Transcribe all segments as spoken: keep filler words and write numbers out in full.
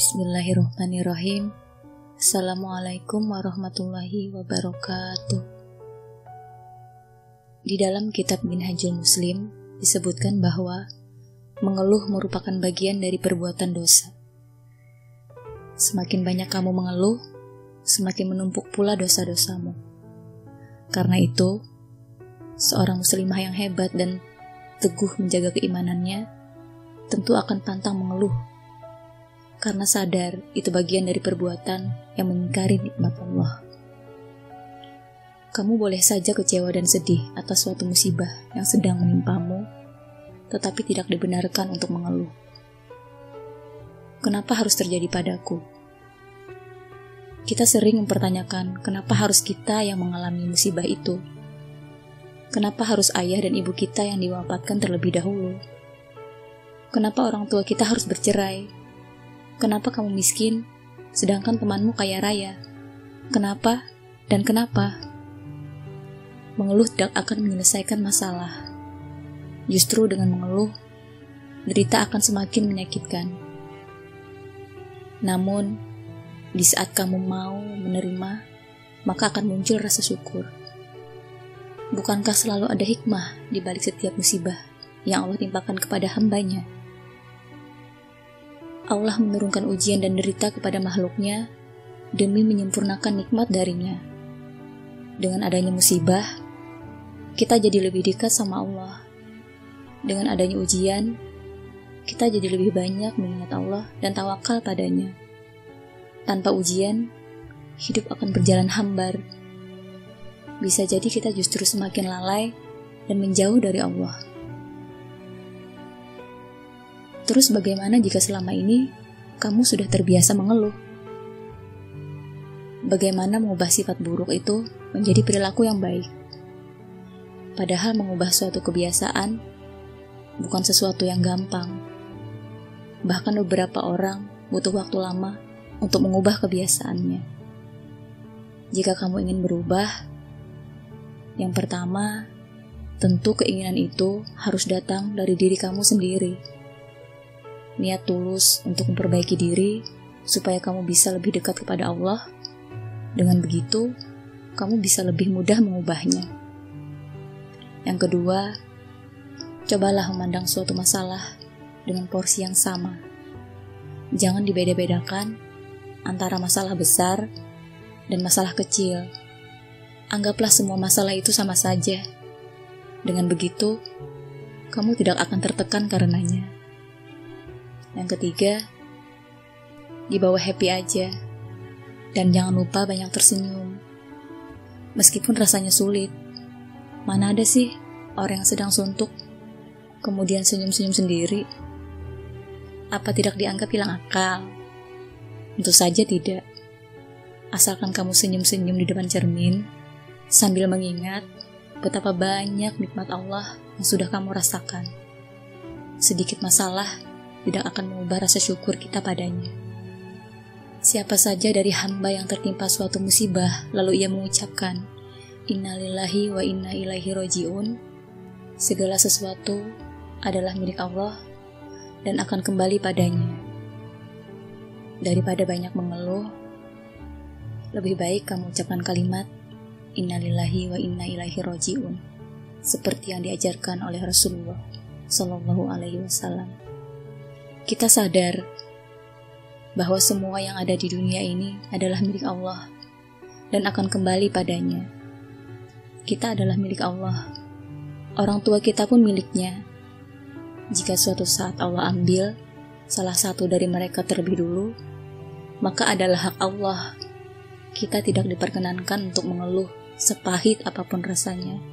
Bismillahirrahmanirrahim. Assalamualaikum warahmatullahi wabarakatuh. Di dalam kitab Minhajul Muslim disebutkan bahwa mengeluh merupakan bagian dari perbuatan dosa. Semakin banyak kamu mengeluh, semakin menumpuk pula dosa-dosamu. Karena itu, seorang muslimah yang hebat dan teguh menjaga keimanannya tentu akan pantang mengeluh, karena sadar itu bagian dari perbuatan yang mengingkari nikmat Allah. Kamu boleh saja kecewa dan sedih atas suatu musibah yang sedang menimpamu, tetapi tidak dibenarkan untuk mengeluh. Kenapa harus terjadi padaku? Kita sering mempertanyakan kenapa harus kita yang mengalami musibah itu. Kenapa harus ayah dan ibu kita yang diwafatkan terlebih dahulu? Kenapa orang tua kita harus bercerai? Kenapa kamu miskin, sedangkan temanmu kaya raya? Kenapa dan kenapa? Mengeluh tidak akan menyelesaikan masalah. Justru dengan mengeluh, derita akan semakin menyakitkan. Namun, di saat kamu mau menerima, maka akan muncul rasa syukur. Bukankah selalu ada hikmah di balik setiap musibah yang Allah timpakan kepada hambanya? Allah menurunkan ujian dan derita kepada makhluknya demi menyempurnakan nikmat darinya. Dengan adanya musibah, kita jadi lebih dekat sama Allah. Dengan adanya ujian, kita jadi lebih banyak mengingat Allah dan tawakal padanya. Tanpa ujian, hidup akan berjalan hambar. Bisa jadi kita justru semakin lalai dan menjauh dari Allah. Terus bagaimana jika selama ini kamu sudah terbiasa mengeluh? Bagaimana mengubah sifat buruk itu menjadi perilaku yang baik? Padahal mengubah suatu kebiasaan bukan sesuatu yang gampang. Bahkan beberapa orang butuh waktu lama untuk mengubah kebiasaannya. Jika kamu ingin berubah, yang pertama, tentu keinginan itu harus datang dari diri kamu sendiri. Niat tulus untuk memperbaiki diri supaya kamu bisa lebih dekat kepada Allah. Dengan begitu, kamu bisa lebih mudah mengubahnya. Yang kedua, cobalah memandang suatu masalah dengan porsi yang sama. Jangan dibeda-bedakan antara masalah besar dan masalah kecil. Anggaplah semua masalah itu sama saja. Dengan begitu, kamu tidak akan tertekan karenanya. Yang ketiga, dibawa happy aja. Dan jangan lupa banyak tersenyum. Meskipun rasanya sulit, mana ada sih orang yang sedang suntuk, kemudian senyum-senyum sendiri? Apa tidak dianggap hilang akal? Tentu saja tidak. Asalkan kamu senyum-senyum di depan cermin, sambil mengingat betapa banyak nikmat Allah yang sudah kamu rasakan. Sedikit masalah tidak akan mengubah rasa syukur kita padanya. Siapa saja dari hamba yang tertimpa suatu musibah, lalu ia mengucapkan, Innalillahi wa inna ilaihi roji'un, segala sesuatu adalah milik Allah dan akan kembali padanya. Daripada banyak mengeluh, lebih baik kamu ucapkan kalimat, Innalillahi wa inna ilaihi roji'un, seperti yang diajarkan oleh Rasulullah Sallallahu Alaihi Wasallam. Kita sadar bahwa semua yang ada di dunia ini adalah milik Allah dan akan kembali padanya. Kita adalah milik Allah. Orang tua kita pun miliknya. Jika suatu saat Allah ambil salah satu dari mereka terlebih dulu, maka adalah hak Allah. Kita tidak diperkenankan untuk mengeluh sepahit apapun rasanya.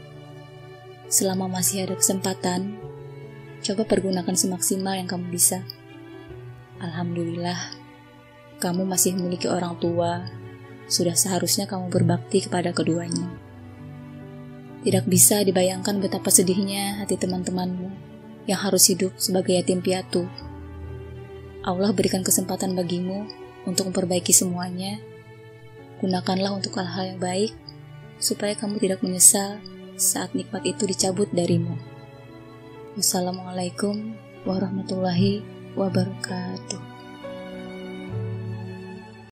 Selama masih ada kesempatan, coba pergunakan semaksimal yang kamu bisa. Alhamdulillah, kamu masih memiliki orang tua. Sudah seharusnya kamu berbakti kepada keduanya. Tidak bisa dibayangkan betapa sedihnya hati teman-temanmu yang harus hidup sebagai yatim piatu. Allah berikan kesempatan bagimu untuk memperbaiki semuanya. Gunakanlah untuk hal-hal yang baik, supaya kamu tidak menyesal saat nikmat itu dicabut darimu. Wassalamualaikum warahmatullahi wabarakatuh.